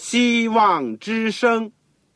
希望之声。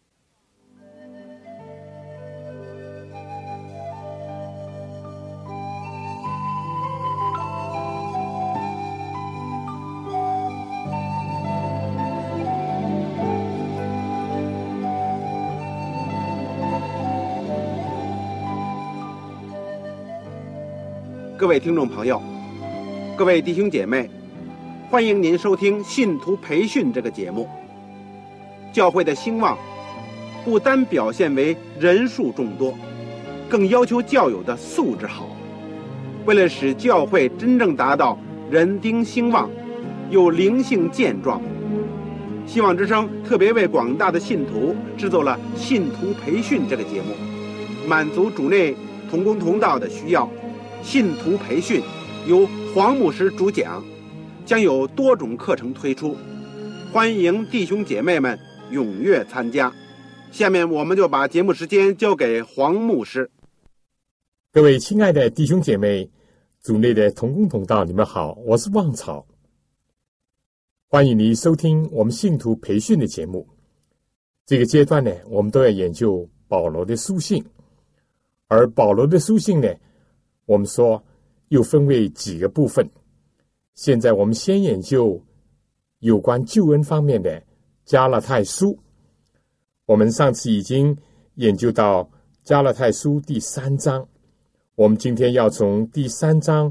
各位听众朋友，各位弟兄姐妹，欢迎您收听信徒培训这个节目。教会的兴旺不单表现为人数众多，更要求教友的素质好。为了使教会真正达到人丁兴旺又灵性健壮，希望之声特别为广大的信徒制作了信徒培训这个节目，满足主内同工同道的需要。信徒培训由黄牧师主讲，将有多种课程推出，欢迎弟兄姐妹们踊跃参加。下面我们就把节目时间交给黄牧师。 各位亲爱的弟兄姐妹，主内的同工同道，你们好，我是旺草，欢迎你收听我们信徒培训的节目。这个阶段呢，我们都要研究保罗的书信，而保罗的书信呢，我们说又分为几个部分。现在我们先研究有关救恩方面的加拉太书。我们上次已经研究到加拉太书第3章，我们今天要从第3章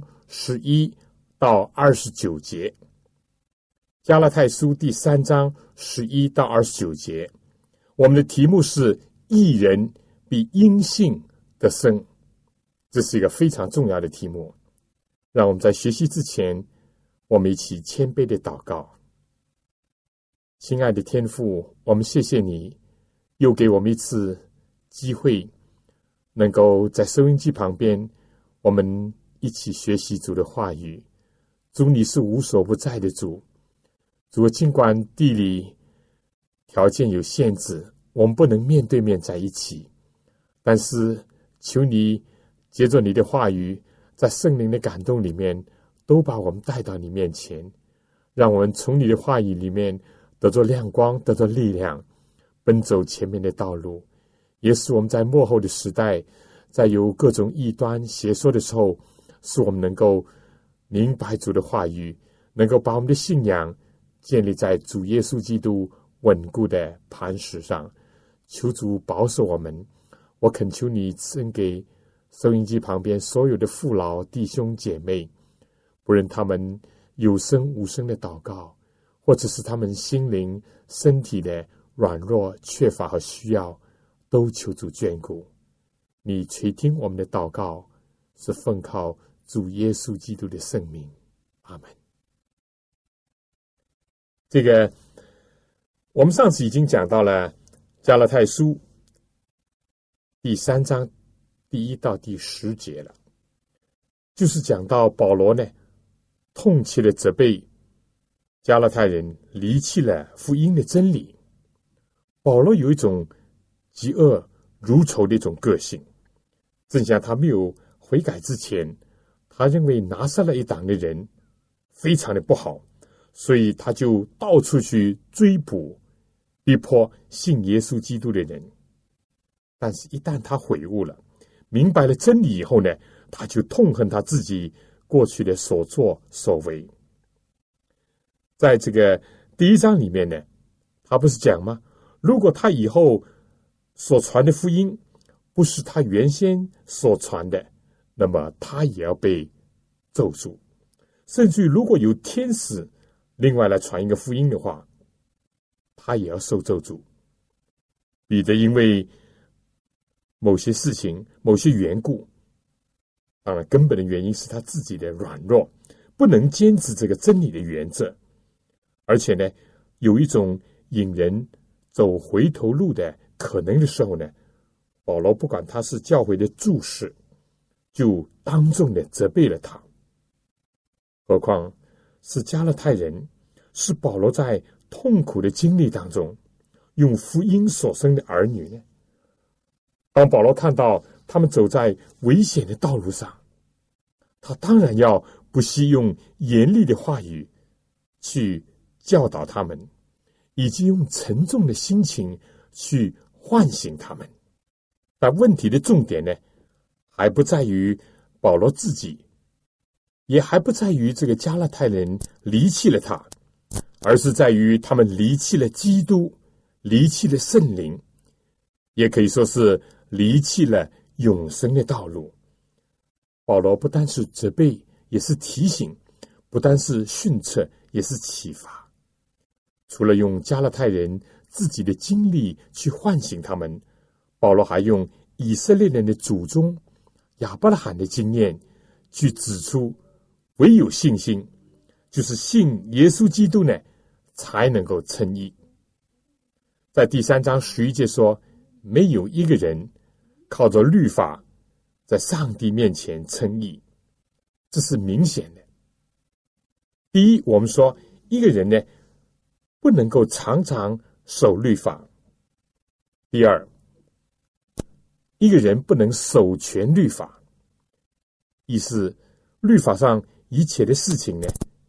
11到29节。加拉太书第3章11到29节，我们的题目是义人比因信得生。这是一个非常重要的题目。让我们在学习之前，我们一起谦卑的祷告。亲爱的天父，我们谢谢你又给我们一次机会，能够在收音机旁边我们一起学习主的话语。主，你是无所不在的主。主，尽管地理条件有限制，我们不能面对面在一起，但是求你借着你的话语，在圣灵的感动里面，都把我们带到你面前，让我们从你的话语里面得着亮光，得着力量，奔走前面的道路。也使我们在末后的时代，在有各种异端邪说的时候，使我们能够明白主的话语，能够把我们的信仰建立在主耶稣基督稳固的磐石上。求主保守我们。我恳求你赐恩给收音机旁边所有的父老弟兄姐妹，不论他们有声无声的祷告，或者是他们心灵身体的软弱缺乏和需要，都求主眷顾。你垂听我们的祷告，是奉靠主耶稣基督的圣名，阿们。这个我们上次已经讲到了加拉太书第3章第1到第10节了，就是讲到保罗呢痛切的责备加拉太人离弃了福音的真理。保罗有一种嫉恶如仇的一种个性，正像他没有悔改之前，他认为拿撒勒一党的人非常的不好，所以他就到处去追捕逼迫信耶稣基督的人。但是一旦他悔悟了，明白了真理以后呢，他就痛恨他自己过去的所作所为。在这个第1章里面呢，他不是讲吗？如果他以后所传的福音不是他原先所传的，那么他也要被咒诅。甚至于如果有天使另外来传一个福音的话，他也要受咒诅。彼得因为某些事情某些缘故，当然根本的原因是他自己的软弱，不能坚持这个真理的原则，而且呢有一种引人走回头路的可能的时候呢，保罗不管他是教会的柱石，就当众的责备了他。何况是加拉太人，是保罗在痛苦的经历当中用福音所生的儿女呢。当保罗看到他们走在危险的道路上，他当然要不惜用严厉的话语去教导他们， 以及用沉重的心情去唤醒他们。但问题的重点呢，还不在于保罗自己，也还不在于这个加拉太人离弃了他，而是在于他们离弃了基督，离弃了圣灵，也可以说是离弃了永生的道路。保罗不单是责备，也是提醒，不单是训斥，也是启发。除了用加拉太人自己的经历去唤醒他们，保罗还用以色列人的祖宗亚伯拉罕的经验去指出，唯有信心，就是信耶稣基督呢，才能够称义。在第3章11节说，没有一个人靠着律法在上帝面前称义，这是明显的。第一，我们说一个人呢，不能够常常守律法。第二，一个人不能守全律法，意思律法上一切的事情呢，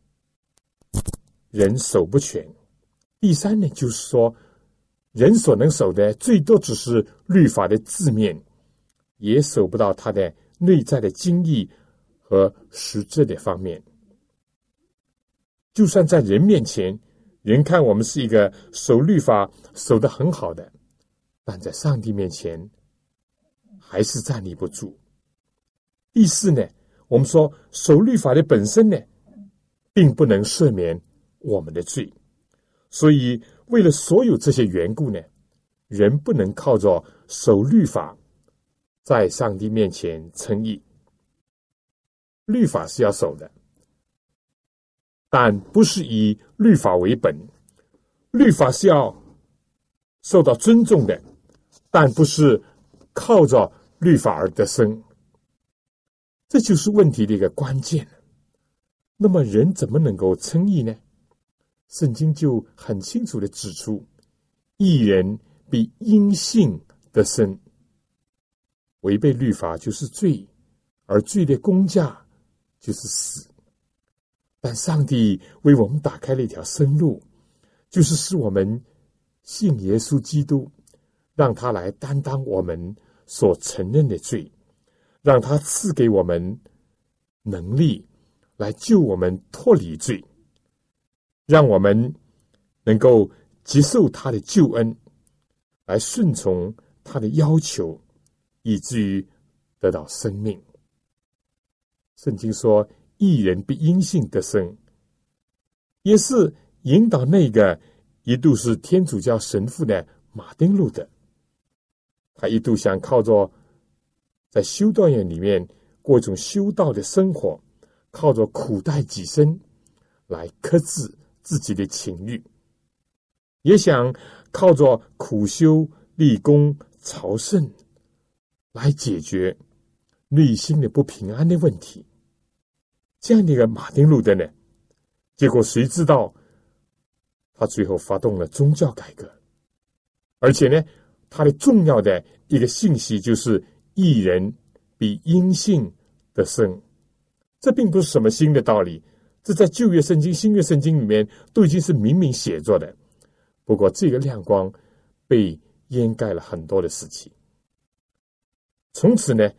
人守不全。第三呢，就是说人所能守的最多只是律法的字面，也守不到他的内在的精义和实质的方面。就算在人面前，人看我们是一个守律法守得很好的，但在上帝面前还是站立不住。第四呢，我们说守律法的本身呢，并不能赦免我们的罪，所以为了所有这些缘故呢，人不能靠着守律法在上帝面前称义。律法是要守的，但不是以律法为本。律法是要受到尊重的，但不是靠着律法而得生。这就是问题的一个关键。那么人怎么能够称义呢？圣经就很清楚地指出，义人必因信得生。违背律法就是罪，而罪的工价就是死。但上帝为我们打开了一条生路，就是使我们信耶稣基督，让他来担当我们所承认的罪，让他赐给我们能力来救我们脱离罪，让我们能够接受他的救恩，来顺从他的要求，以至于得到生命。圣经说义人必因信得生，也是引导那个一度是天主教神父的马丁路德。他一度想靠着在修道院里面过一种修道的生活，靠着苦待己身来克制自己的情欲，也想靠着苦修立功朝圣来解决内心的不平安的问题。这样的一个马丁路德呢，结果谁知道他最后发动了宗教改革，而且呢，他的重要的一个信息就是义人必因信得生。这并不是什么新的道理，这在旧约圣经、新约圣经里面都已经是明明写着的。不过这个亮光被掩盖了很多的事情。从此呢，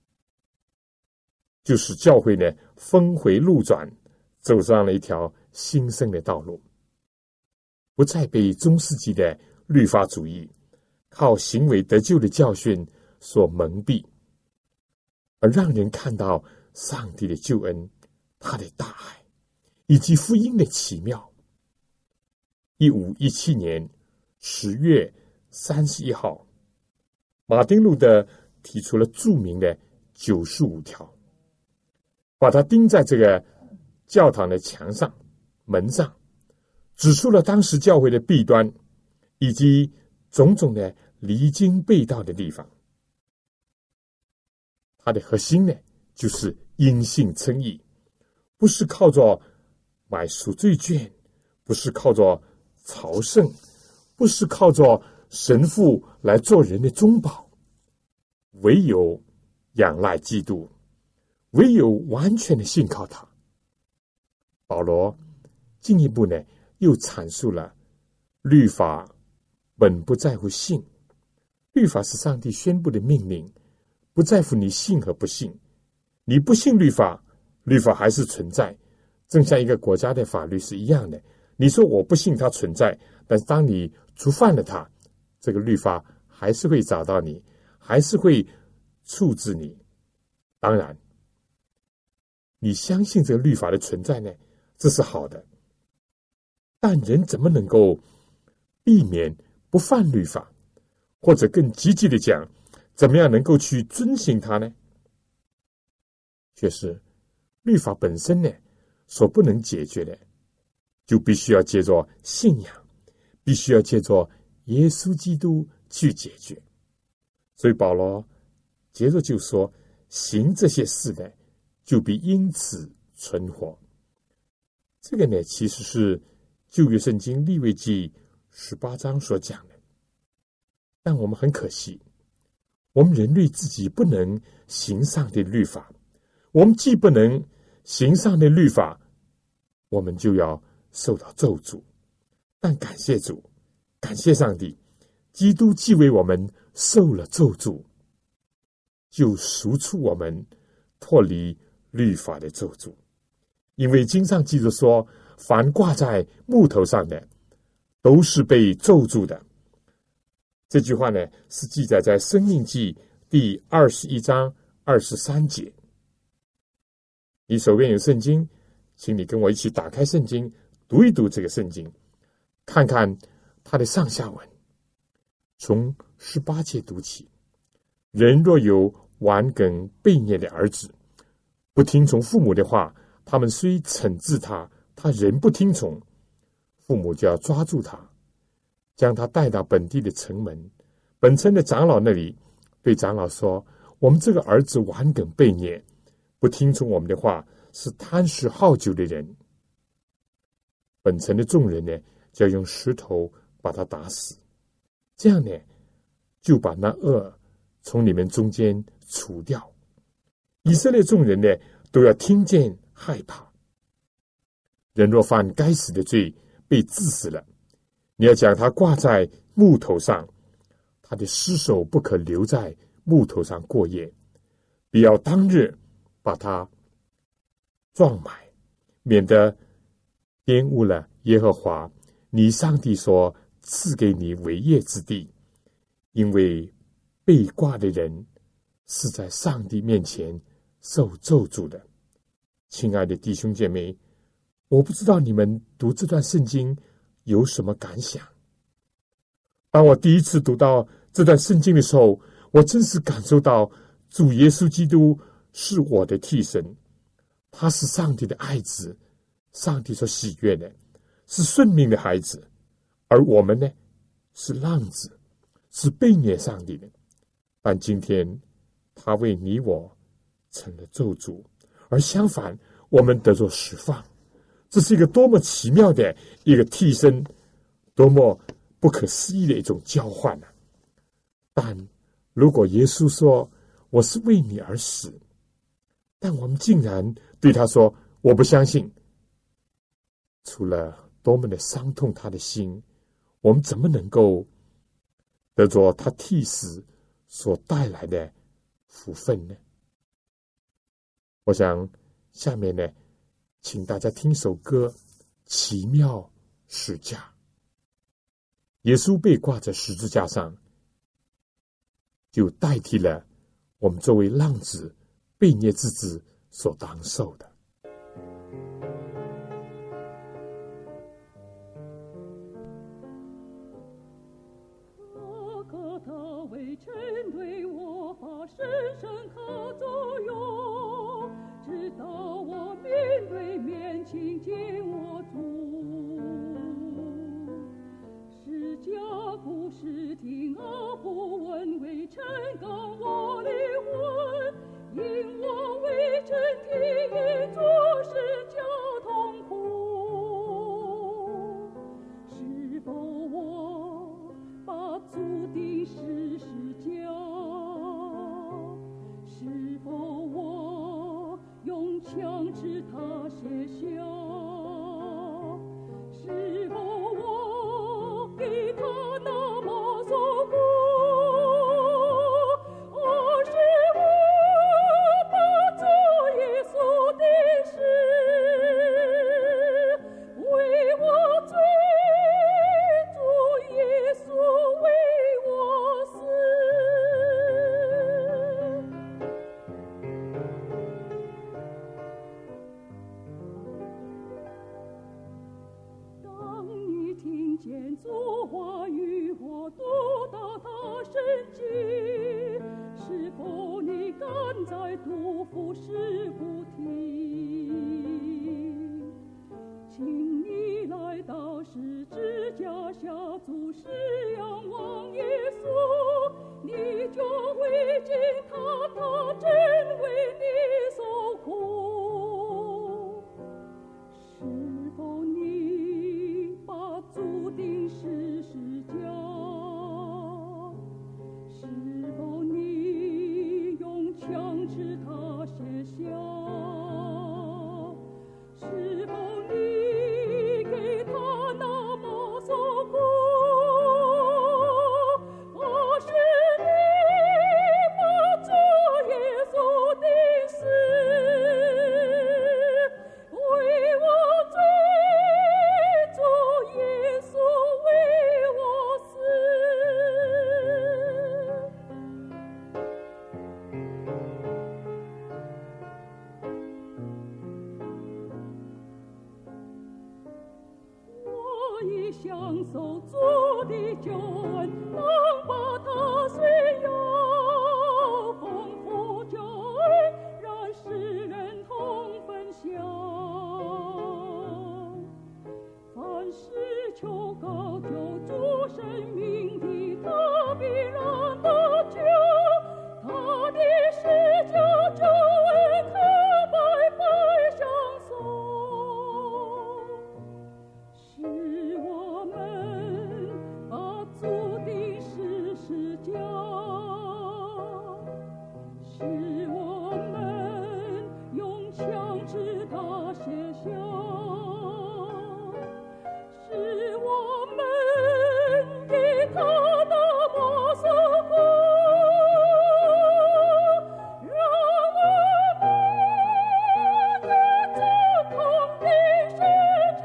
就是教会呢峰回路转，走上了一条新生的道路，不再被中世纪的律法主义靠行为得救的教训所蒙蔽，而让人看到上帝的救恩，他的大爱，以及福音的奇妙。1517年10月31号，马丁路德提出了著名的95条，把它钉在这个教堂的墙上、门上，指出了当时教会的弊端，以及种种的离经背道的地方。它的核心呢，就是因信称义，不是靠着买赎罪券，不是靠着朝圣，不是靠着神父来做人的中保，唯有仰赖基督，唯有完全的信靠他。保罗进一步呢，又阐述了律法本不在乎信，律法是上帝宣布的命令，不在乎你信和不信。你不信律法，律法还是存在，正像一个国家的法律是一样的。你说我不信它存在，但是当你触犯了它，这个律法还是会找到你，还是会处置你。当然，你相信这个律法的存在呢，这是好的。但人怎么能够避免不犯律法？或者更积极的讲，怎么样能够去遵行它呢？却是律法本身呢，所不能解决的，就必须要借着信仰，必须要借着耶稣基督去解决。所以保罗接着就说，行这些事呢，就必因此存活。这个呢，其实是旧约圣经利未记18章所讲的。但我们很可惜，我们人类自己不能行上帝律法，我们既不能行上帝律法，我们就要受到咒诅。但感谢主，感谢上帝，基督既为我们受了咒诅，就赎出我们脱离律法的咒诅。因为经上记着说，凡挂在木头上的，都是被咒诅的。这句话呢，是记载在申命记第21章23节。你手边有圣经，请你跟我一起打开圣经，读一读这个圣经，看看它的上下文。从18节读起，人若有顽梗悖逆的儿子，不听从父母的话，他们虽惩治他，他仍不听从，父母就要抓住他，将他带到本地的城门，本城的长老那里，对长老说，我们这个儿子顽梗悖逆，不听从我们的话，是贪食好酒的人。本城的众人呢，就要用石头把他打死，这样呢，就把那恶从你们中间除掉。以色列众人呢，都要听见害怕。人若犯该死的罪，被治死了，你要将他挂在木头上，他的尸首不可留在木头上过夜，必要当日把他撞埋，免得玷污了耶和华你上帝所赐给你为业之地。因为被挂的人是在上帝面前受咒诅的。亲爱的弟兄姐妹，我不知道你们读这段圣经有什么感想。当我第一次读到这段圣经的时候，我真是感受到主耶稣基督是我的替身，他是上帝的爱子，上帝所喜悦的，是顺命的孩子，而我们呢，是浪子，是悖逆上帝的。但今天他为你我成了咒诅，而相反，我们得着释放。这是一个多么奇妙的一个替身，多么不可思议的一种交换啊！但如果耶稣说我是为你而死，但我们竟然对他说我不相信，除了多么的伤痛他的心，我们怎么能够得着他替死所带来的福分呢？我想下面呢，请大家听首歌《奇妙十架》。耶稣被挂在十字架上，就代替了我们作为浪子悖逆之子所当受的。 他为针对我发深深刻作用，直到我面对面亲近我主。是家不是听而不闻，为臣刚我灵魂，因我为臣体因做事交痛苦。是否我把注定是家？是否我话语我读到他神迹，是否你敢在杜甫诗不听？请你来到十字架下，注视仰望耶稣，你就会见他真为你受苦。是否你把注定是十架？是否你用枪指他写下？是否你给他那么受苦？或是你把主耶稣的死为我罪，主耶稣为我死。我已享受主的救恩，能把它宣扬，丰富救恩，让世人同分享。凡事求告救主生命的，他必然得救。他的施救救恩可白白相送。是我们把注定是十架，是我们用枪指他写下，是我们给他那么受苦，让我们的主同的十架，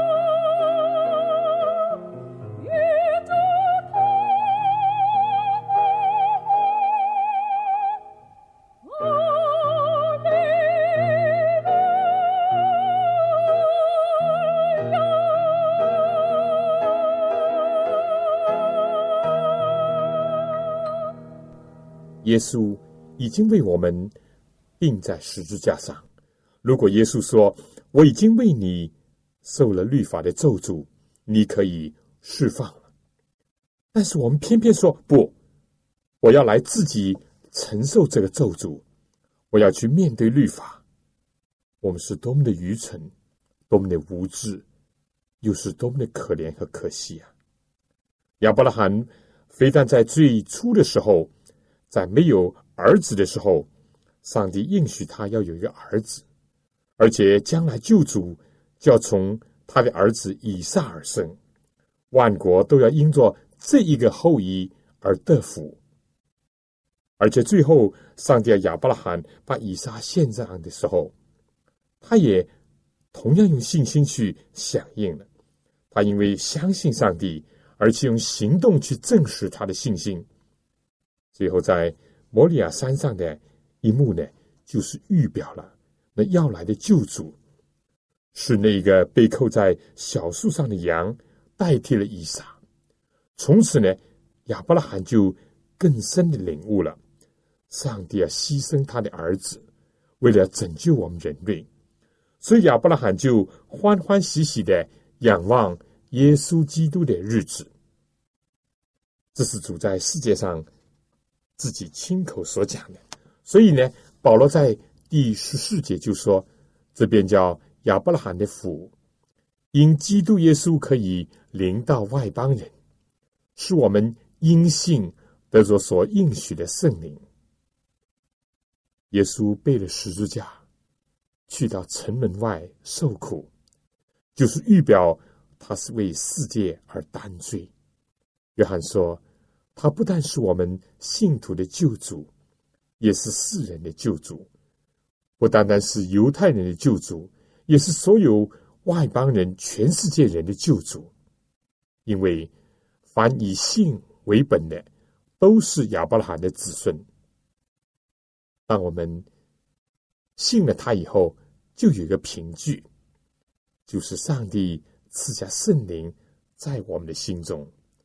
与主同活。阿门。 耶稣已经为我们钉在十字架上。如果耶稣说我已经为你受了律法的咒诅，你可以释放了，但是我们偏偏说不，我要来自己承受这个咒诅，我要去面对律法。我们是多么的愚蠢，多么的无知，又是多么的可怜和可惜啊！亚伯拉罕非但在最初的时候，在没有儿子的时候，上帝应许他要有一个儿子，而且将来救主就要从他的儿子以撒而生，万国都要因着这一个后裔而得福。而且最后上帝亚伯拉罕把以撒献上的时候，他也同样用信心去响应了。他因为相信上帝，而且用行动去证实他的信心。最后在摩利亚山上的一幕呢，就是预表了那要来的救主，是那个被扣在小树上的羊代替了以撒。从此呢，亚伯拉罕就更深的领悟了上帝要牺牲他的儿子，为了拯救我们人类。所以亚伯拉罕就欢欢喜喜的仰望耶稣基督的日子。这是主在世界上自己亲口所讲的。所以呢，保罗在第14节就说，这便叫亚伯拉罕的福，因基督耶稣可以临到外邦人，是我们因信得着所应许的圣灵。耶稣背了十字架去到城门外受苦，就是预表他是为世界而担罪。约翰说，他不但是我们信徒的救主，也是世人的救主，不单单是犹太人的救主，也是所有外邦人、全世界人的救主。因为凡以信为本的，都是亚伯拉罕的子孙。当我们信了他以后，就有一个凭据，就是上帝赐下圣灵在我们的心中。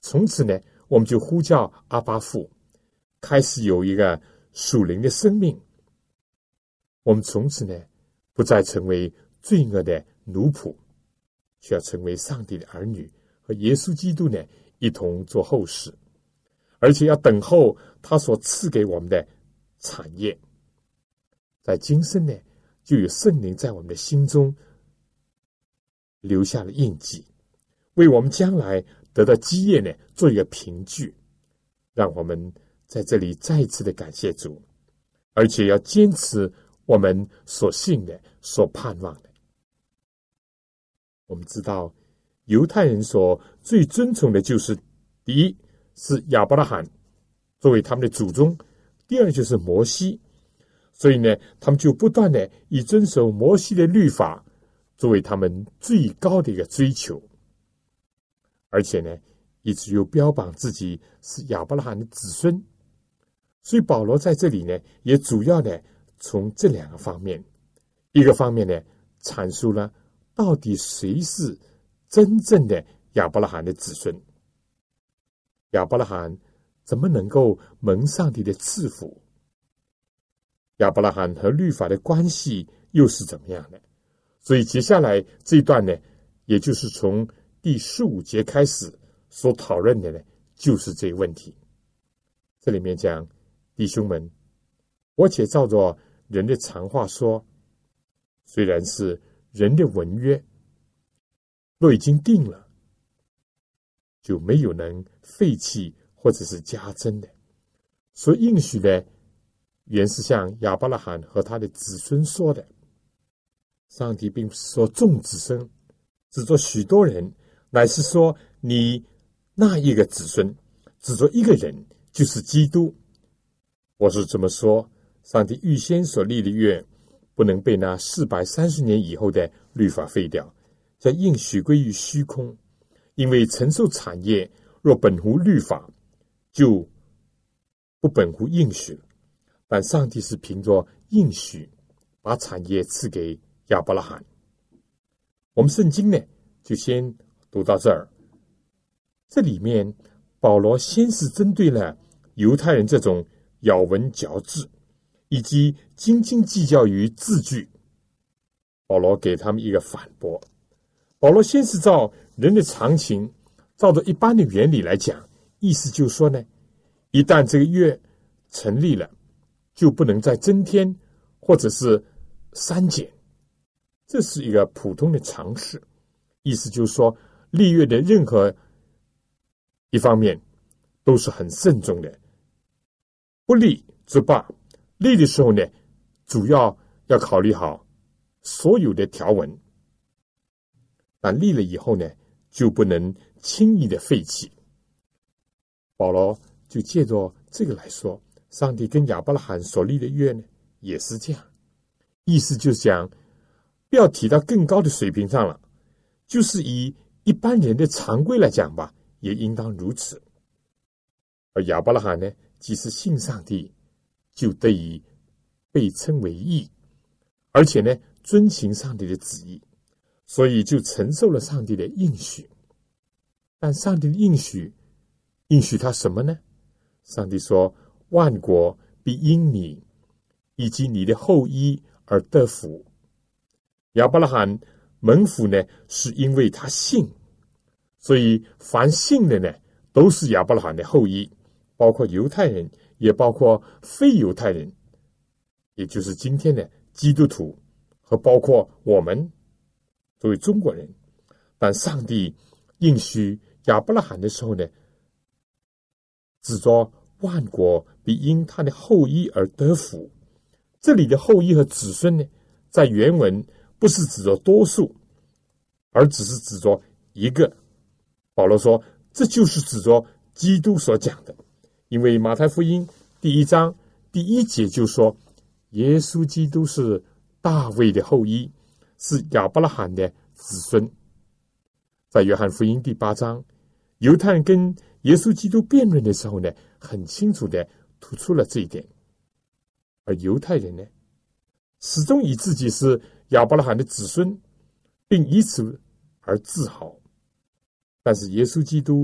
从此呢，我们就呼叫阿爸父，开始有一个属灵的生命。我们从此呢，不再成为罪恶的奴仆，却要成为上帝的儿女，和耶稣基督呢一同做后事，而且要等候他所赐给我们的产业。在今生呢，就有圣灵在我们的心中留下了印记，为我们将来得到基业呢做一个凭据。让我们在这里再一次的感谢主，而且要坚持我们所信的、所盼望的。我们知道犹太人所最尊崇的就是第一是亚伯拉罕作为他们的祖宗，第二就是摩西。所以呢，他们就不断的以遵守摩西的律法作为他们最高的一个追求，而且呢，一直又标榜自己是亚伯拉罕的子孙。所以保罗在这里呢，也主要呢从这两个方面，一个方面呢阐述了到底谁是真正的亚伯拉罕的子孙，亚伯拉罕怎么能够蒙上帝的赐福，亚伯拉罕和律法的关系又是怎么样的。所以接下来这一段呢，也就是从第15节开始所讨论的呢，就是这个问题。这里面讲，弟兄们，我且照着人的常话说，虽然是人的文约，若已经定了，就没有能废弃或者是加增的。所应许的原是向亚伯拉罕和他的子孙说的。上帝并不是说众子孙，只做许多人，乃是说你那一个子孙，只做一个人，就是基督。我是这么说，上帝预先所立的约，不能被那430年以后的律法废掉，将应许归于虚空。因为承受产业若本乎律法，就不本乎应许了。但上帝是凭着应许把产业赐给亚伯拉罕。我们圣经呢，就先读到这儿。这里面保罗先是针对了犹太人这种咬文嚼字以及斤斤计较于字句，保罗给他们一个反驳。保罗先是照人的常情，照着一般的原理来讲，意思就是说呢，一旦这个约成立了，就不能再增添或者是删减，这是一个普通的常识。意思就是说，立约的任何一方面都是很慎重的，不立则罢。立的时候呢，主要要考虑好所有的条文，但立了以后呢，就不能轻易的废弃。保罗就借着这个来说，上帝跟亚伯拉罕所立的约呢，也是这样。意思就是讲，不要提到更高的水平上了，就是以一般人的常规来讲吧，也应当如此。而亚伯拉罕呢，即使信上帝，就得以被称为义，而且呢，遵行上帝的旨意，所以就承受了上帝的应许。但上帝的应许他什么呢？上帝说，万国必因你以及你的后裔而得福。亚伯拉罕蒙福呢，是因为他信，所以凡信的呢，都是亚伯拉罕的后裔，包括犹太人，也包括非犹太人，也就是今天的基督徒，和包括我们作为中国人。但上帝应许亚伯拉罕的时候呢，指着万国必因他的后裔而得福。这里的后裔和子孙呢，在原文不是指着多数，而只是指着一个。保罗说，这就是指着基督所讲的。因为马太福音第1章第1节就说，耶稣基督是大卫的后裔，是亚伯拉罕的子孙。在约翰福音第8章，犹太人跟耶稣基督辩论的时候呢，很清楚的突出了这一点。而犹太人呢，始终以自己是亚伯拉罕的子孙，并以此而自豪。但是耶稣基督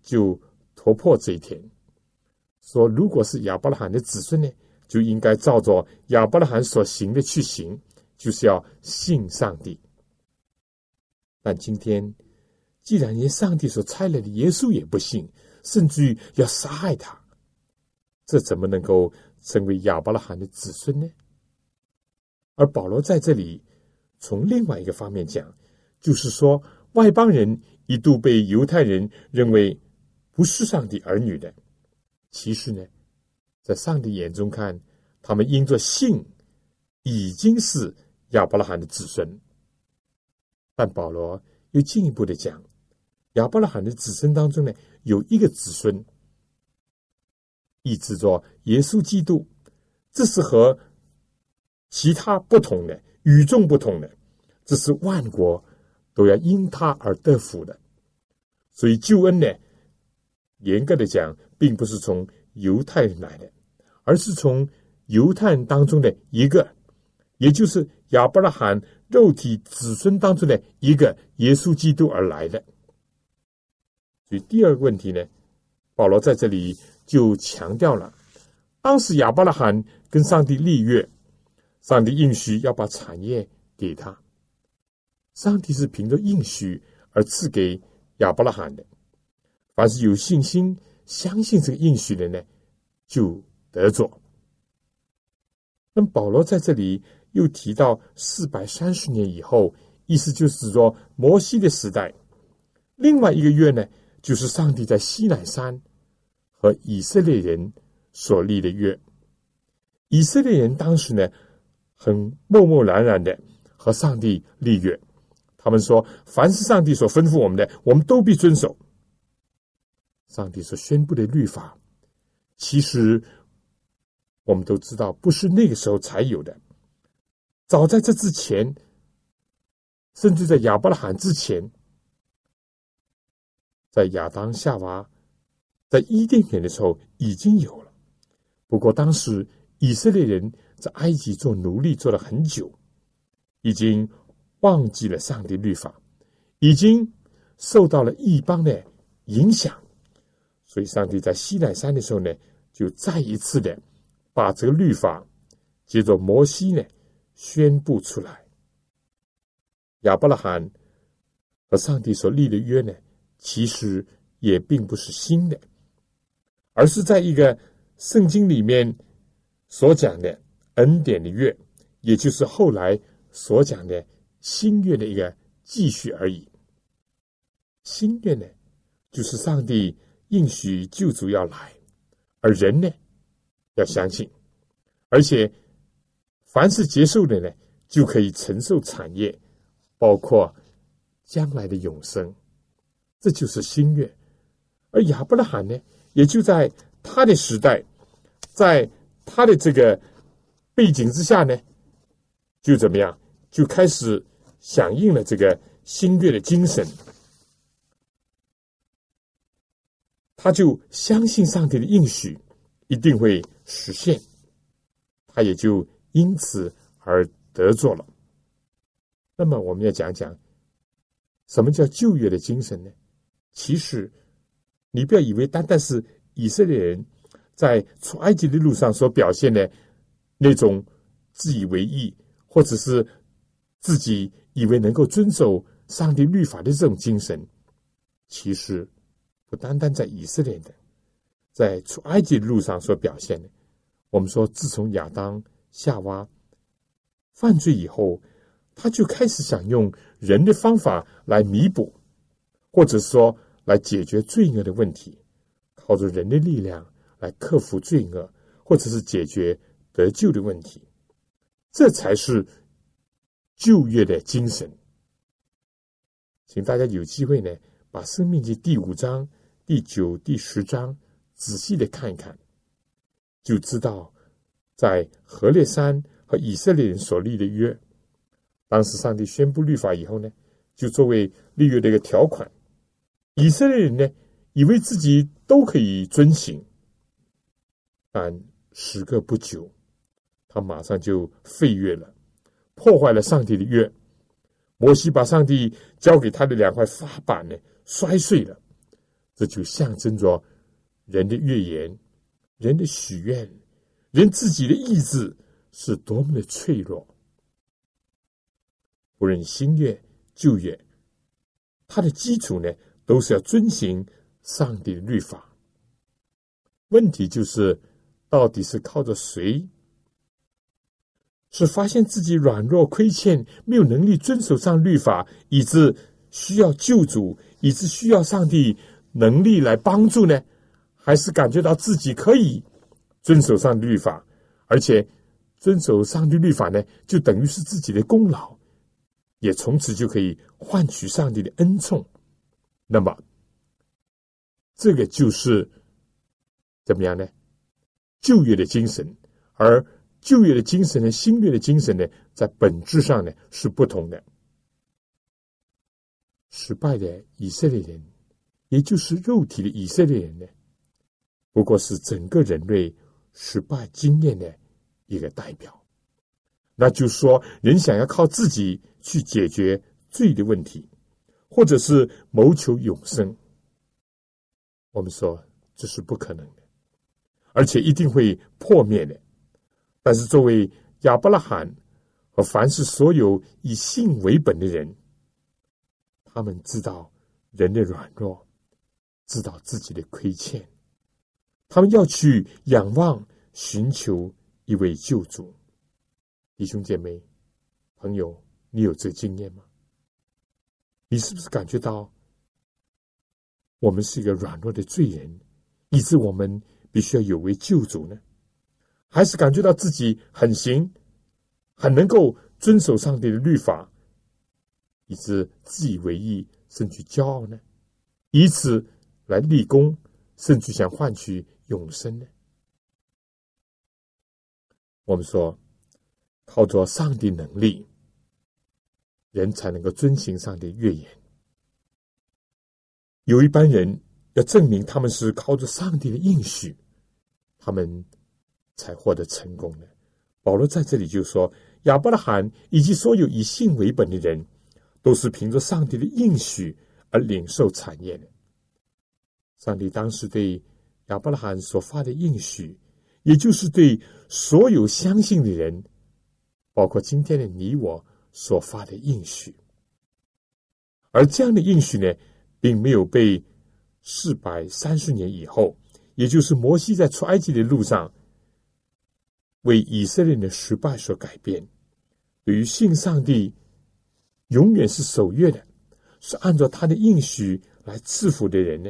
就突破这一点，说如果是亚伯拉罕的子孙呢，就应该照着亚伯拉罕所行的去行，就是要信上帝。但今天既然连上帝所差来的耶稣也不信，甚至于要杀害他，这怎么能够成为亚伯拉罕的子孙呢？而保罗在这里从另外一个方面讲，就是说外邦人一度被犹太人认为不是上帝儿女的，其实呢，在上帝眼中看，他们因着信已经是亚伯拉罕的子孙。但保罗又进一步的讲，亚伯拉罕的子孙当中呢，有一个子孙意指着耶稣基督，这是和其他不同的、与众不同的，这是万国都要因他而得福的。所以救恩呢，严格的讲，并不是从犹太人来的，而是从犹太人当中的一个，也就是亚伯拉罕肉体子孙当中的一个耶稣基督而来的。所以第二个问题呢，保罗在这里就强调了，当时亚伯拉罕跟上帝立约，上帝应许要把产业给他，上帝是凭着应许而赐给亚伯拉罕的，凡是有信心相信这个应许的呢，就得着。那么保罗在这里又提到430年以后，意思就是说摩西的时代，另外一个约呢，就是上帝在西乃山和以色列人所立的约。以色列人当时呢，很默默然然的和上帝立约，他们说凡是上帝所吩咐我们的，我们都必遵守。上帝所宣布的律法，其实我们都知道不是那个时候才有的，早在这之前，甚至在亚伯拉罕之前，在亚当夏娃在伊甸园的时候已经有了。不过当时以色列人在埃及做奴隶做了很久，已经忘记了上帝律法，已经受到了异邦的影响，所以上帝在西乃山的时候呢，就再一次的把这个律法借着摩西呢宣布出来。亚伯拉罕和上帝所立的约呢，其实也并不是新的，而是在一个圣经里面所讲的恩典的约，也就是后来所讲的新约的一个继续而已。新约呢，就是上帝应许救主要来，而人呢要相信，而且凡是接受的呢，就可以承受产业，包括将来的永生。这就是新约。而亚伯拉罕呢，也就在他的时代，在他的这个背景之下呢，就怎么样，就开始响应了这个新约的精神，他就相信上帝的应许一定会实现，他也就因此而得着了。那么我们要讲讲什么叫旧约的精神呢？其实你不要以为单单是以色列人在出埃及的路上所表现的那种自以为意，或者是自己以为能够遵守上帝律法的这种精神，其实不单单在以色列的，在出埃及的路上所表现的。我们说自从亚当夏娃犯罪以后，他就开始想用人的方法来弥补，或者说来解决罪恶的问题，靠着人的力量来克服罪恶，或者是解决得救的问题。这才是旧约的精神。请大家有机会呢，把《申命记》第5章、第9、第10章仔细的看一看，就知道在何烈山和以色列人所立的约，当时上帝宣布律法以后呢，就作为立约的一个条款，以色列人呢以为自己都可以遵行，但时隔不久，他马上就废约了，破坏了上帝的约。摩西把上帝交给他的2块法板呢摔碎了， 这就象征着人的怨言、人的许愿、人自己的意志是多么的脆弱。不论新约旧约，它的基础呢，都是要遵行上帝的律法。问题就是，到底是靠着谁？是发现自己软弱亏欠，没有能力遵守上律法，以致需要救主，以致需要上帝能力来帮助呢？还是感觉到自己可以遵守上帝律法，而且遵守上帝律法呢，就等于是自己的功劳，也从此就可以换取上帝的恩宠？那么这个就是怎么样呢？旧约的精神。而旧约的精神和新约的精神呢，在本质上呢是不同的。失败的以色列人，也就是肉体的以色列人呢，不过是整个人类失败经验的一个代表。那就是说，人想要靠自己去解决罪的问题，或者是谋求永生，我们说这是不可能的，而且一定会破灭的。但是作为亚伯拉罕和凡是所有以信为本的人，他们知道人的软弱，知道自己的亏欠，他们要去仰望寻求一位救主。弟兄姐妹朋友，你有这经验吗？你是不是感觉到我们是一个软弱的罪人，以致我们必须要有位救主呢？还是感觉到自己很行，很能够遵守上帝的律法，以致自以为意，甚至骄傲呢？以此来立功，甚至想换取永生呢？我们说，靠着上帝能力，人才能够遵行上帝约言。有一般人要证明他们是靠着上帝的应许，他们才获得成功的。保罗在这里就说，亚伯拉罕以及所有以信为本的人，都是凭着上帝的应许而领受产业的。上帝当时对亚伯拉罕所发的应许，也就是对所有相信的人，包括今天的你我所发的应许。而这样的应许呢，并没有被430年以后，也就是摩西在出埃及的路上为以色列人的失败所改变。对于信上帝永远是守约的，是按照他的应许来赐福的人呢，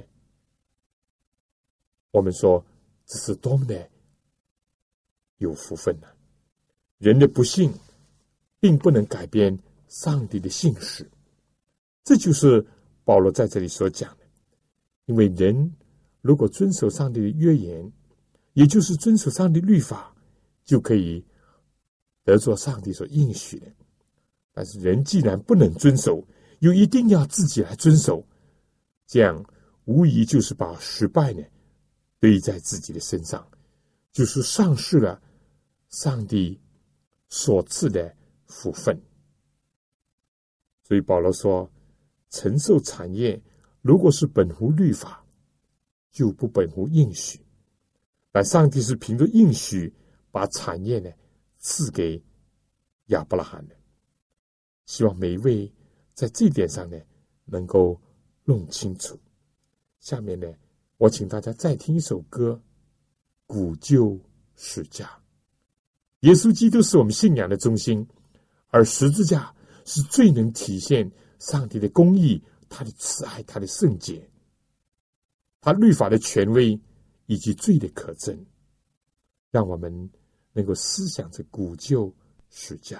我们说这是多么的有福分呢？人的不幸并不能改变上帝的信实，这就是保罗在这里所讲的。因为人如果遵守上帝的约言，也就是遵守上帝律法，就可以得着上帝所应许的。但是人既然不能遵守，又一定要自己来遵守，这样无疑就是把失败呢堆在自己的身上，就是丧失了上帝所赐的福分。所以保罗说，承受产业如果是本乎律法，就不本乎应许。但上帝是凭着应许把产业呢赐给亚伯拉罕的。希望每一位在这点上呢能够弄清楚。下面呢，我请大家再听一首歌，古旧十架。耶稣基督是我们信仰的中心，而十字架是最能体现上帝的公义，他的慈爱，他的圣洁，他律法的权威以及罪的可憎。让我们能够思想着古旧十架。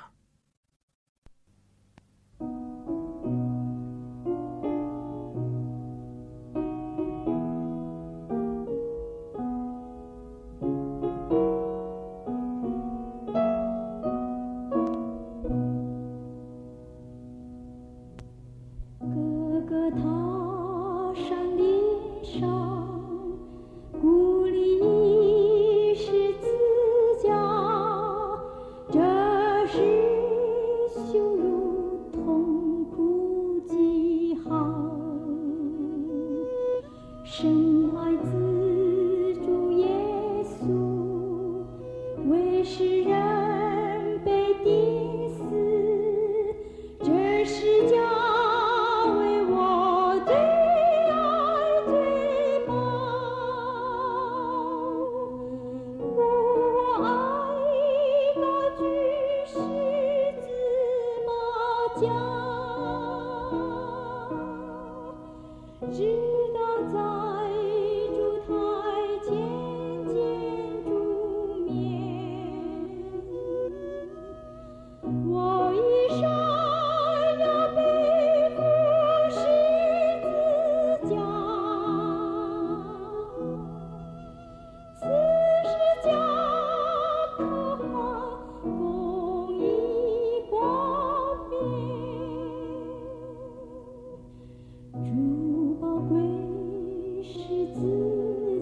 是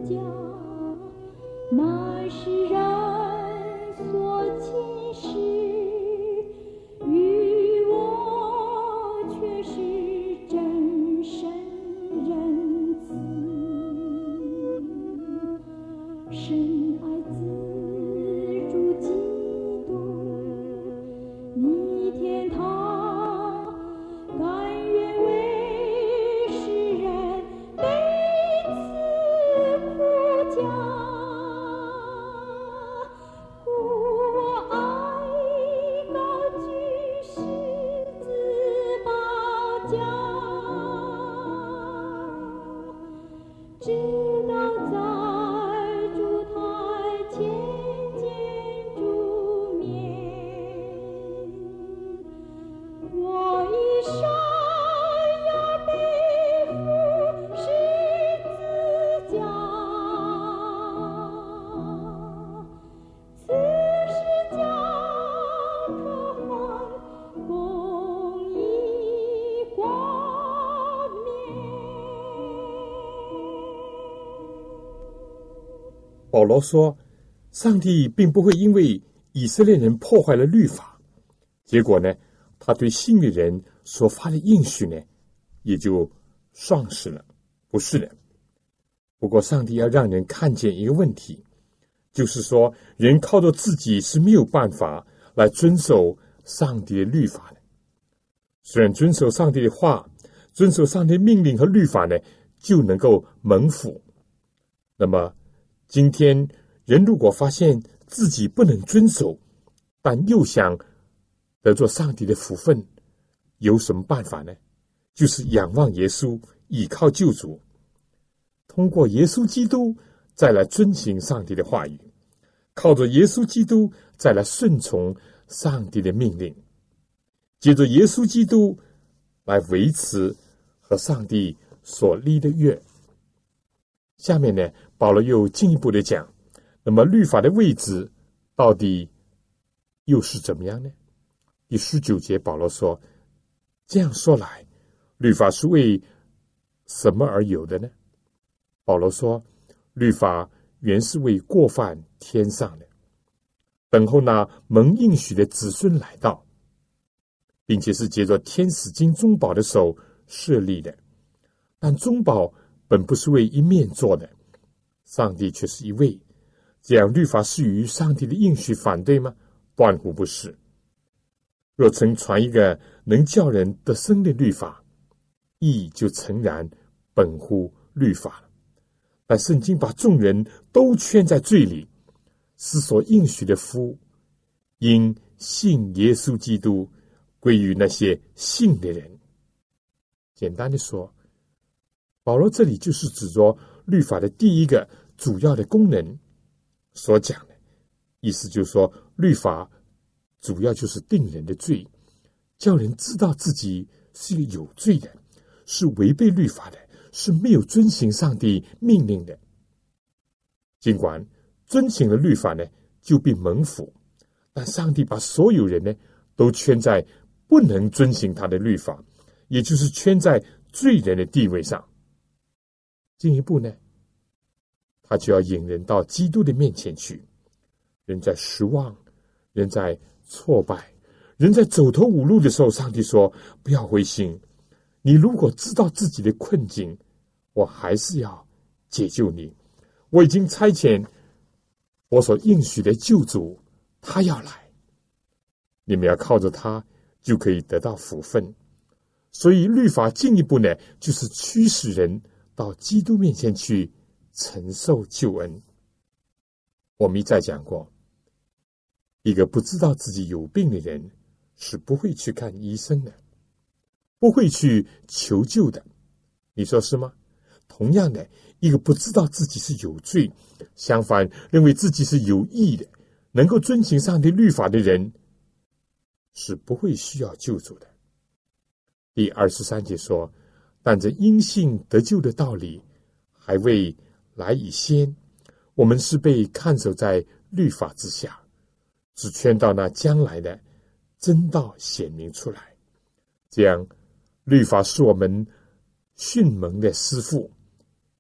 家，乃是人所轻视，与我却是真神仁慈。深爱自主基督，逆天堂，甘愿为世人被此苦架。故我爱高举十字宝架，直到在主台前见主面，我一生要背负十字架，此十架可换公义冠冕。 保罗说，上帝并不会因为以色列人破坏了律法，结果呢，他对信的人所发的应许呢，也就丧失了，不是的。不过上帝要让人看见一个问题，就是说人靠着自己是没有办法来遵守上帝的律法的。虽然遵守上帝的话，遵守上帝的命令和律法呢，就能够蒙福。那么今天人如果发现自己不能遵守，但又想得着上帝的福分，有什么办法呢？就是仰望耶稣，倚靠救主，通过耶稣基督再来遵行上帝的话语，靠着耶稣基督再来顺从上帝的命令，借着耶稣基督来维持和上帝所立的约。下面呢，保罗又进一步的讲，那么律法的位置到底又是怎么样呢？第19节保罗说，这样说来，律法是为什么而有的呢？保罗说，律法原是为过犯天上的，等候那蒙应许的子孙来到，并且是借着天使经中保的手设立的。但中保本不是为一面做的，上帝却是一位，这样律法是与上帝的应许反对吗？断乎不是。若曾传一个能叫人得生的律法，义就诚然本乎律法了。但圣经把众人都圈在罪里，是所应许的福，因信耶稣基督归于那些信的人。简单的说，保罗这里就是指着律法的第一个主要的功能所讲的，意思就是说，律法主要就是定人的罪，叫人知道自己是一个有罪的，是违背律法的，是没有遵行上帝命令的。尽管遵行了律法呢，就必蒙福，但上帝把所有人呢都圈在不能遵行他的律法，也就是圈在罪人的地位上。进一步呢，他就要引人到基督的面前去。人在失望，人在挫败，人在走投无路的时候，上帝说，不要灰心，你如果知道自己的困境，我还是要解救你。我已经差遣我所应许的救主，他要来，你们要靠着他就可以得到福分。所以律法进一步呢，就是驱使人到基督面前去承受救恩。我们一再讲过，一个不知道自己有病的人是不会去看医生的，不会去求救的，你说是吗？同样的，一个不知道自己是有罪，相反认为自己是有义的，能够遵行上帝律法的人，是不会需要救主的。第23节说，但这因信得救的道理还未来以先，我们是被看守在律法之下，只劝到那将来的真道显明出来。这样律法是我们训蒙的师父，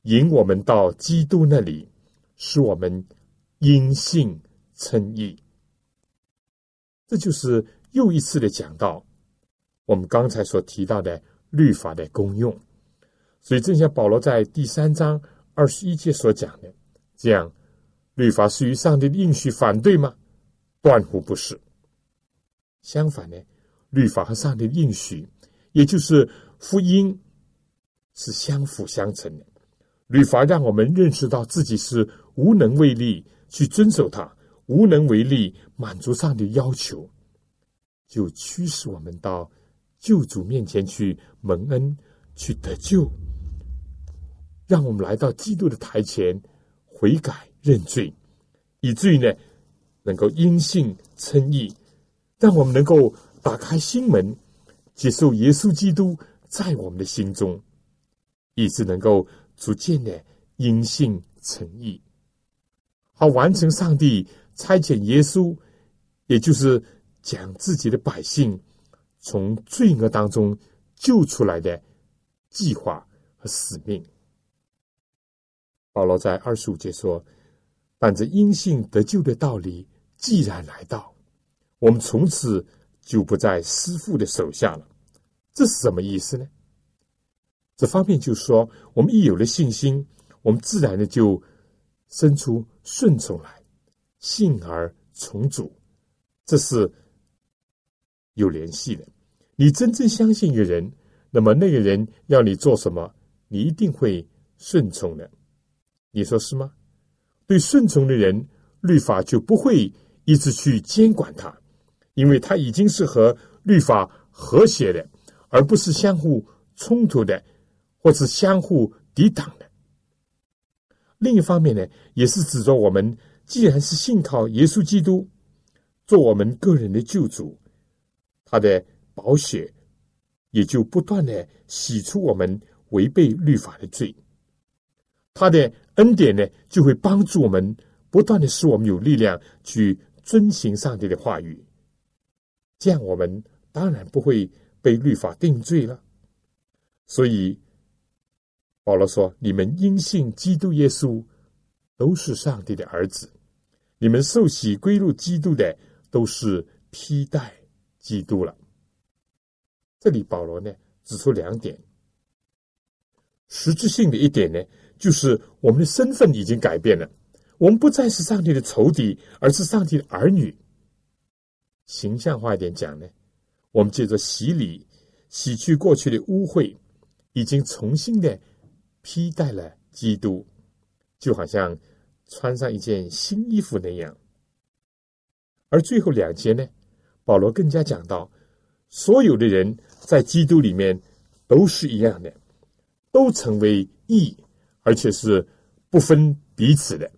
引我们到基督那里，使我们因信称义。这就是又一次的讲到我们刚才所提到的律法的功用。所以正像保罗在第3章21节所讲的，这样律法是与上帝的应许反对吗？断乎不是。相反呢，律法和上帝的应许，也就是福音，是相辅相成的。律法让我们认识到自己是无能为力去遵守它，无能为力满足上帝的要求，就驱使我们到救主面前去蒙恩，去得救，让我们来到基督的台前悔改认罪，以至于呢能够因信称义，让我们能够打开心门，接受耶稣基督在我们的心中，以致能够逐渐的因信称义，好完成上帝差遣耶稣，也就是将自己的百姓从罪恶当中救出来的计划和使命。保罗在25节说，但这因信得救的道理既然来到，我们从此就不在师傅的手下了。这是什么意思呢？这方面就说，我们一有了信心，我们自然的就生出顺从来，信而从主，这是有联系的。你真正相信一个人，那么那个人要你做什么，你一定会顺从的。你说是吗？对顺从的人，律法就不会一直去监管他，因为他已经是和律法和谐的，而不是相互冲突的，或是相互抵挡的。另一方面呢，也是指着我们既然是信靠耶稣基督做我们个人的救主，他的宝血也就不断的洗出我们违背律法的罪，他的恩典呢就会帮助我们不断的使我们有力量去遵行上帝的话语，这样我们当然不会被律法定罪了。所以保罗说，你们因信基督耶稣都是上帝的儿子，你们受洗归入基督的都是披戴基督了。这里保罗呢指出2点，实质性的一点呢，就是我们的身份已经改变了，我们不再是上帝的仇敌，而是上帝的儿女。形象化一点讲呢，我们借着洗礼洗去过去的污秽，已经重新的披戴了基督，就好像穿上一件新衣服那样。而最后2节呢，保罗更加讲到，所有的人在基督里面都是一样的，都成为义，而且是不分彼此的。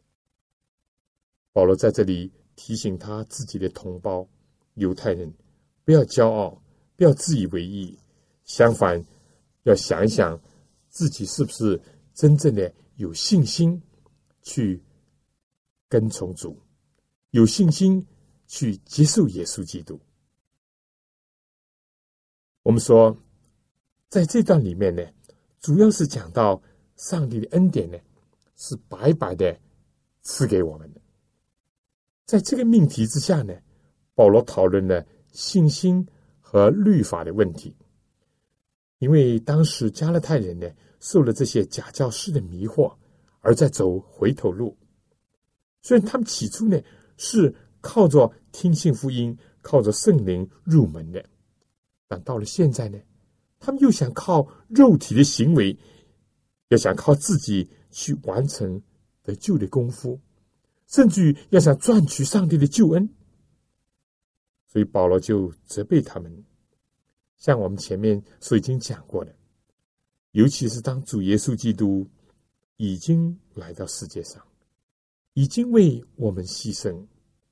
保罗在这里提醒他自己的同胞犹太人，不要骄傲，不要自以为义，相反要想一想自己是不是真正的有信心去跟从主，有信心去接受耶稣基督。我们说在这段里面呢，主要是讲到上帝的恩典呢是白白的赐给我们的。在这个命题之下呢，保罗讨论了信心和律法的问题。因为当时加拉太人呢受了这些假教师的迷惑，而在走回头路。虽然他们起初呢是靠着听信福音，靠着圣灵入门的，但到了现在呢，他们又想靠肉体的行为，要想靠自己去完成得救的功夫，甚至于要想赚取上帝的救恩。所以保罗就责备他们，像我们前面所已经讲过的，尤其是当主耶稣基督已经来到世界上，已经为我们牺牲，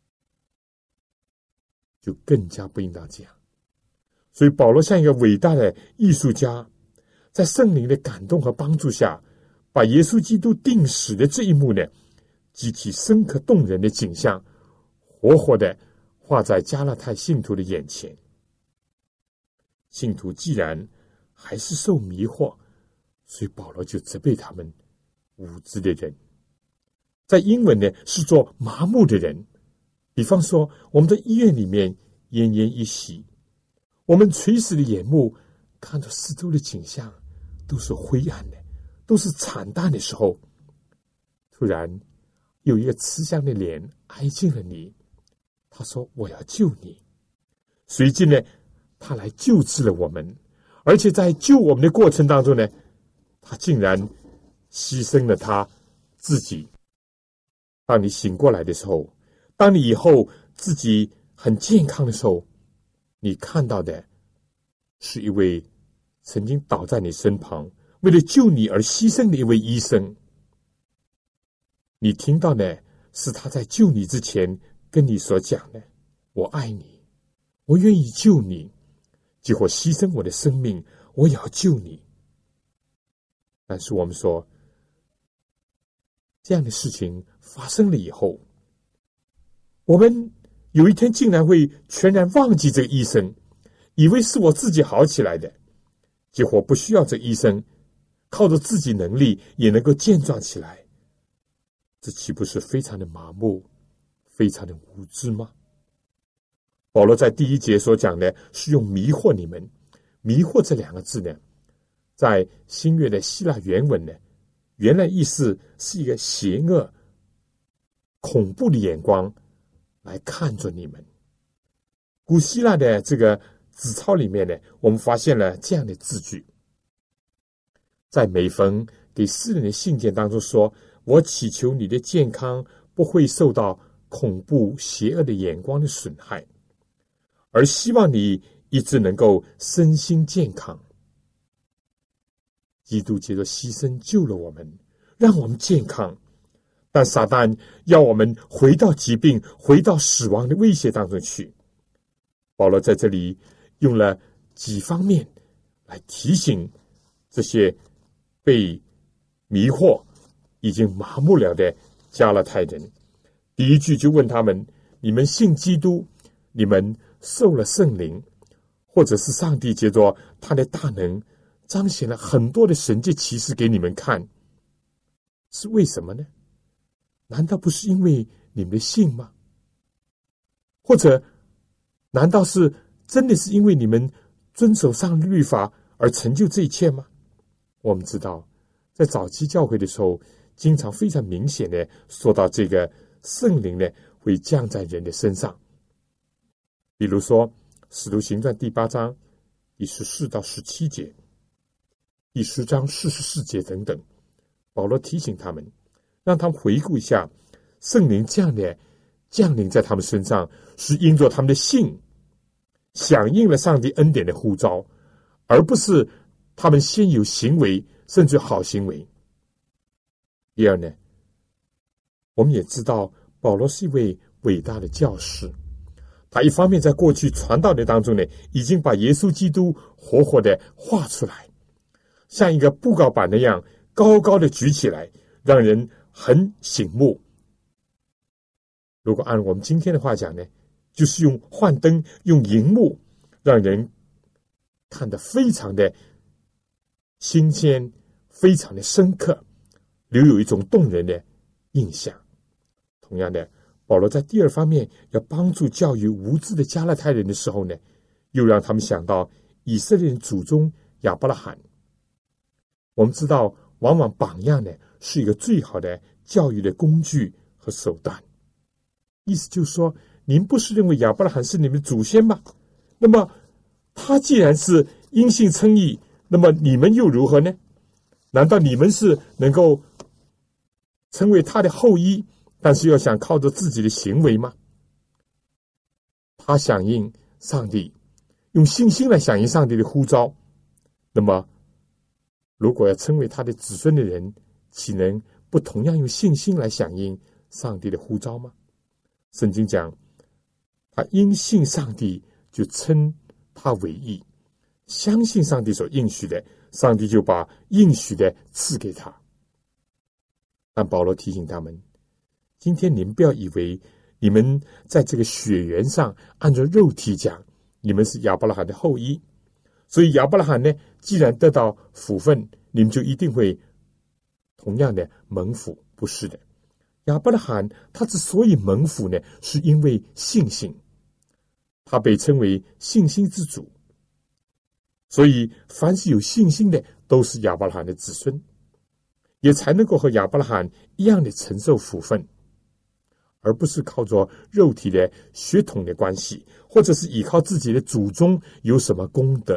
就更加不应当这样。所以保罗像一个伟大的艺术家，在圣灵的感动和帮助下，把耶稣基督钉死的这一幕呢，极其深刻动人的景象，活活的画在加拉太信徒的眼前。信徒既然还是受迷惑，所以保罗就责备他们无知的人。在英文呢，是做麻木的人。比方说，我们的医院里面奄奄一息，我们垂死的眼目看着四周的景象都是灰暗的，都是惨淡的时候，突然有一个慈祥的脸挨近了你，他说我要救你。随即呢，他来救治了我们，而且在救我们的过程当中呢，他竟然牺牲了他自己。当你醒过来的时候，当你以后自己很健康的时候，你看到的是一位曾经倒在你身旁，为了救你而牺牲的一位医生。你听到的是他在救你之前跟你所讲的，我爱你，我愿意救你，结果牺牲我的生命，我也要救你。但是我们说，这样的事情发生了以后，我们有一天竟然会全然忘记这个医生，以为是我自己好起来的，结果不需要这医生，靠着自己能力也能够健壮起来，这岂不是非常的麻木，非常的无知吗？保罗在第1节所讲的是用迷惑你们。迷惑这2个字呢，在新约的希腊原文呢，原来意思是一个邪恶恐怖的眼光来看着你们。古希腊的这个子操里面呢，我们发现了这样的字句，在每逢给诗人的信件当中说，我祈求你的健康不会受到恐怖邪恶的眼光的损害，而希望你一直能够身心健康。基督借着牺牲救了我们，让我们健康，但撒旦要我们回到疾病，回到死亡的威胁当中去。保罗在这里用了几方面来提醒这些被迷惑已经麻木了的加拉太人。第1句就问他们，你们信基督，你们受了圣灵，或者是上帝借着他的大能彰显了很多的神迹奇事给你们看，是为什么呢？难道不是因为你们的信吗？或者难道是真的是因为你们遵守上帝律法而成就这一切吗？我们知道在早期教会的时候，经常非常明显的说到这个圣灵呢会降在人的身上。比如说使徒行传第8章第14到17节，第10章44节等等，保罗提醒他们，让他们回顾一下圣灵这样的降临在他们身上，是因着他们的信响应了上帝恩典的呼召，而不是他们先有行为，甚至好行为。第二呢，我们也知道保罗是一位伟大的教师，他一方面在过去传道的当中呢，已经把耶稣基督活活的画出来，像一个布告板那样高高的举起来，让人很醒目。如果按我们今天的话讲呢，就是用幻灯，用荧幕，让人看得非常的新鲜，非常的深刻，留有一种动人的印象。同样的，保罗在第2方面要帮助教育无知的加拉太人的时候呢，又让他们想到以色列人祖宗亚伯拉罕。我们知道，往往榜样呢是一个最好的教育的工具和手段。意思就是说，您不是认为亚伯拉罕是你们的祖先吗？那么他既然是因信称义，那么你们又如何呢？难道你们是能够成为他的后裔，但是要想靠着自己的行为吗？他响应上帝，用信心来响应上帝的呼召，那么如果要成为他的子孙的人，岂能不同样用信心来响应上帝的呼召吗？圣经讲，他因信上帝就称他为义，相信上帝所应许的，上帝就把应许的赐给他。但保罗提醒他们，今天你们不要以为你们在这个血缘上按照肉体讲，你们是亚伯拉罕的后裔，所以亚伯拉罕呢，既然得到福分，你们就一定会同样的蒙福，不是的。亚伯拉罕他之所以蒙福呢，是因为信心，他被称为信心之主，所以凡是有信心的都是亚伯拉罕的子孙，也才能够和亚伯拉罕一样的承受福分，而不是靠着肉体的血统的关系，或者是依靠自己的祖宗有什么功德。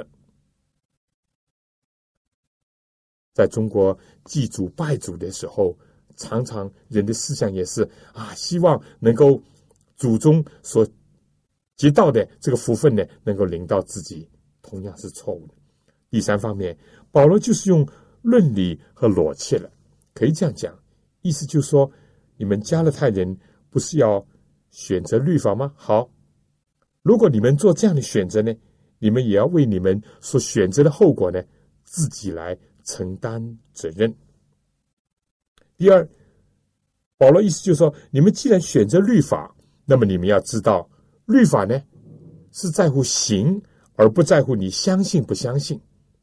在中国祭祖拜祖的时候，常常人的思想也是希望能够祖宗所结到的这个福分呢，能够临到自己，同样是错误的。第三方面，保罗就是用论理和逻辑了，可以这样讲，意思就是说，你们加勒泰人不是要选择律法吗？好，如果你们做这样的选择呢，你们也要为你们所选择的后果呢，自己来承担责任。第二，保罗意思就是说，你们既然选择律法，那么你们要知道，律法呢是在乎行，而不在乎你相信不相信。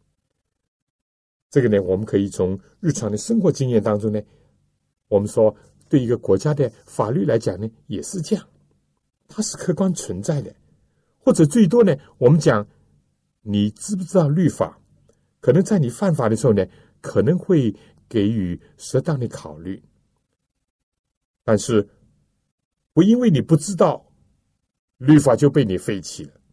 这个呢，我们可以从日常的生活经验当中呢，我们说对一个国家的法律来讲呢，也是这样，它是客观存在的。或者最多呢，我们讲你知不知道律法，可能在你犯法的时候呢，可能会给予适当的考虑，但是不因为你不知道，律法就被你废弃了。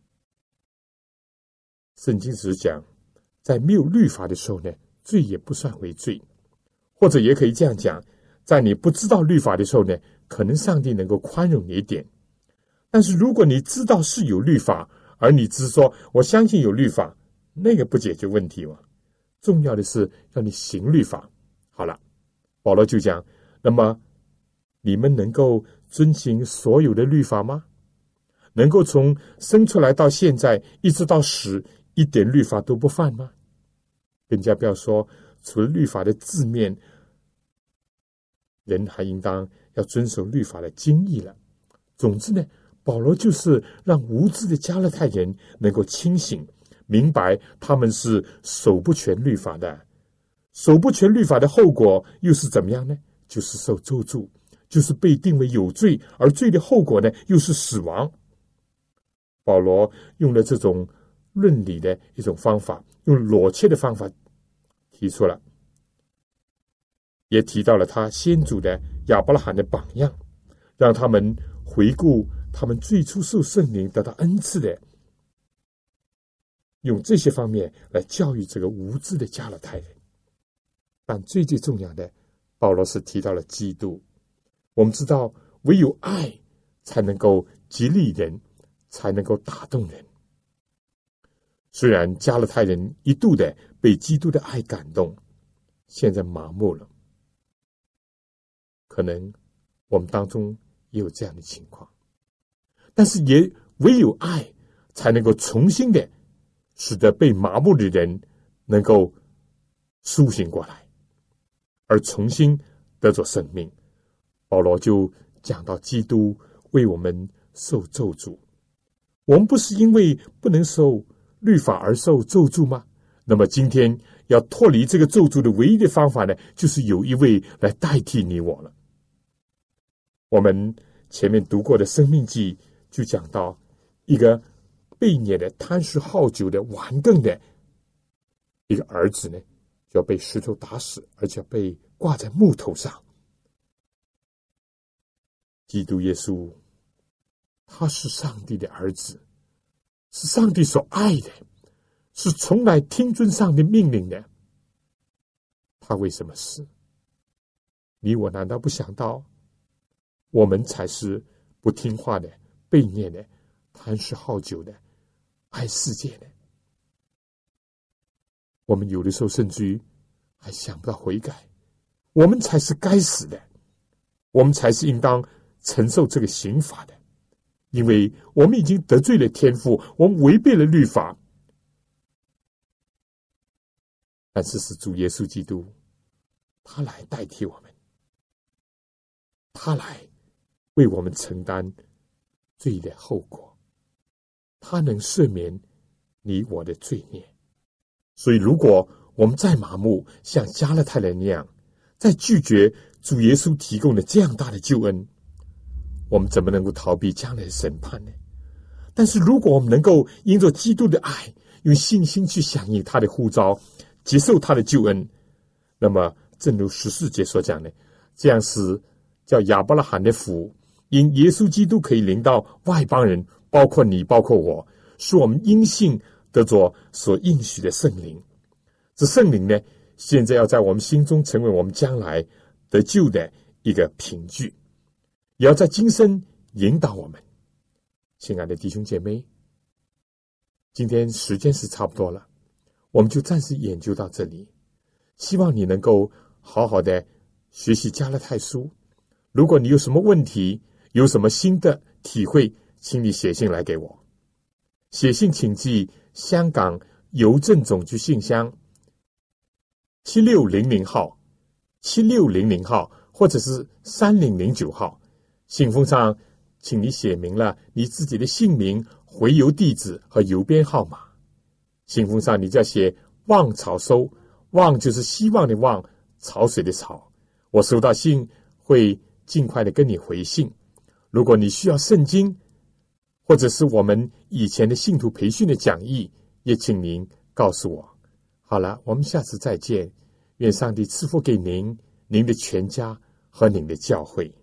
圣经只是讲，在没有律法的时候呢，罪也不算为罪，或者也可以这样讲，在你不知道律法的时候呢，可能上帝能够宽容你一点。但是如果你知道是有律法，而你只是说我相信有律法，那个不解决问题嘛。重要的是要你行律法。好了，保罗就讲，那么你们能够遵行所有的律法吗？能够从生出来到现在一直到死，一点律法都不犯吗？更加不要说除了律法的字面，人还应当要遵守律法的精义了。总之呢，保罗就是让无知的加勒泰人能够清醒明白，他们是守不全律法的。守不全律法的后果又是怎么样呢？就是受咒诅，就是被定为有罪，而罪的后果呢，又是死亡。保罗用了这种论理的一种方法，用逻辑的方法提出了，也提到了他先祖的亚伯拉罕的榜样，让他们回顾他们最初受圣灵得到恩赐的，用这些方面来教育这个无知的加勒泰人。但最重要的，保罗是提到了基督。我们知道，唯有爱才能够激励人，才能够打动人。虽然加勒泰人一度的被基督的爱感动，现在麻木了，可能我们当中也有这样的情况，但是也唯有爱才能够重新的使得被麻木的人能够苏醒过来，而重新得着生命。保罗就讲到基督为我们受咒诅，我们不是因为不能受律法而受咒诅吗？那么今天要脱离这个咒诅的唯一的方法呢，就是有一位来代替你我了。我们前面读过的申命记就讲到，一个悖逆的贪食好酒的顽梗的一个儿子呢，就要被石头打死，而且被挂在木头上。基督耶稣，他是上帝的儿子，是上帝所爱的，是从来听遵上帝命令的。他为什么死？你我难道不想到，我们才是不听话的、悖逆的、贪食好酒的、爱世界的？我们有的时候甚至于还想不到悔改，我们才是该死的，我们才是应当承受这个刑罚的，因为我们已经得罪了天父，我们违背了律法。但是是主耶稣基督，他来代替我们，他来为我们承担罪的后果，他能赦免你我的罪孽。所以如果我们再麻木，像加勒泰人那样， 在拒绝主耶稣提供的这样大的救恩，我们怎么能够逃避将来的审判呢？但是如果我们能够因着基督的爱，用信心去响应他的呼召，接受他的救恩，那么正如14节所讲的，这样是叫亚伯拉罕的福，因耶稣基督可以临到外邦人，包括你，包括我，使我们因信得着所应许的圣灵。这圣灵呢，现在要在我们心中成为我们将来得救的一个凭据，也要在今生引导我们。亲爱的弟兄姐妹，今天时间是差不多了，我们就暂时研究到这里。希望你能够好好的学习加拉太书。如果你有什么问题，有什么新的体会，请你写信来给我。写信请寄香港邮政总局信箱7600号7600号，或者是3009号。信封上请你写明了你自己的姓名、回邮地址和邮编号码。信封上你就要写望草收，望就是希望的望，潮水的潮。我收到信会尽快的跟你回信。如果你需要圣经，或者是我们以前的信徒培训的讲义，也请您告诉我。好了，我们下次再见。愿上帝赐福给您、您的全家和您的教会。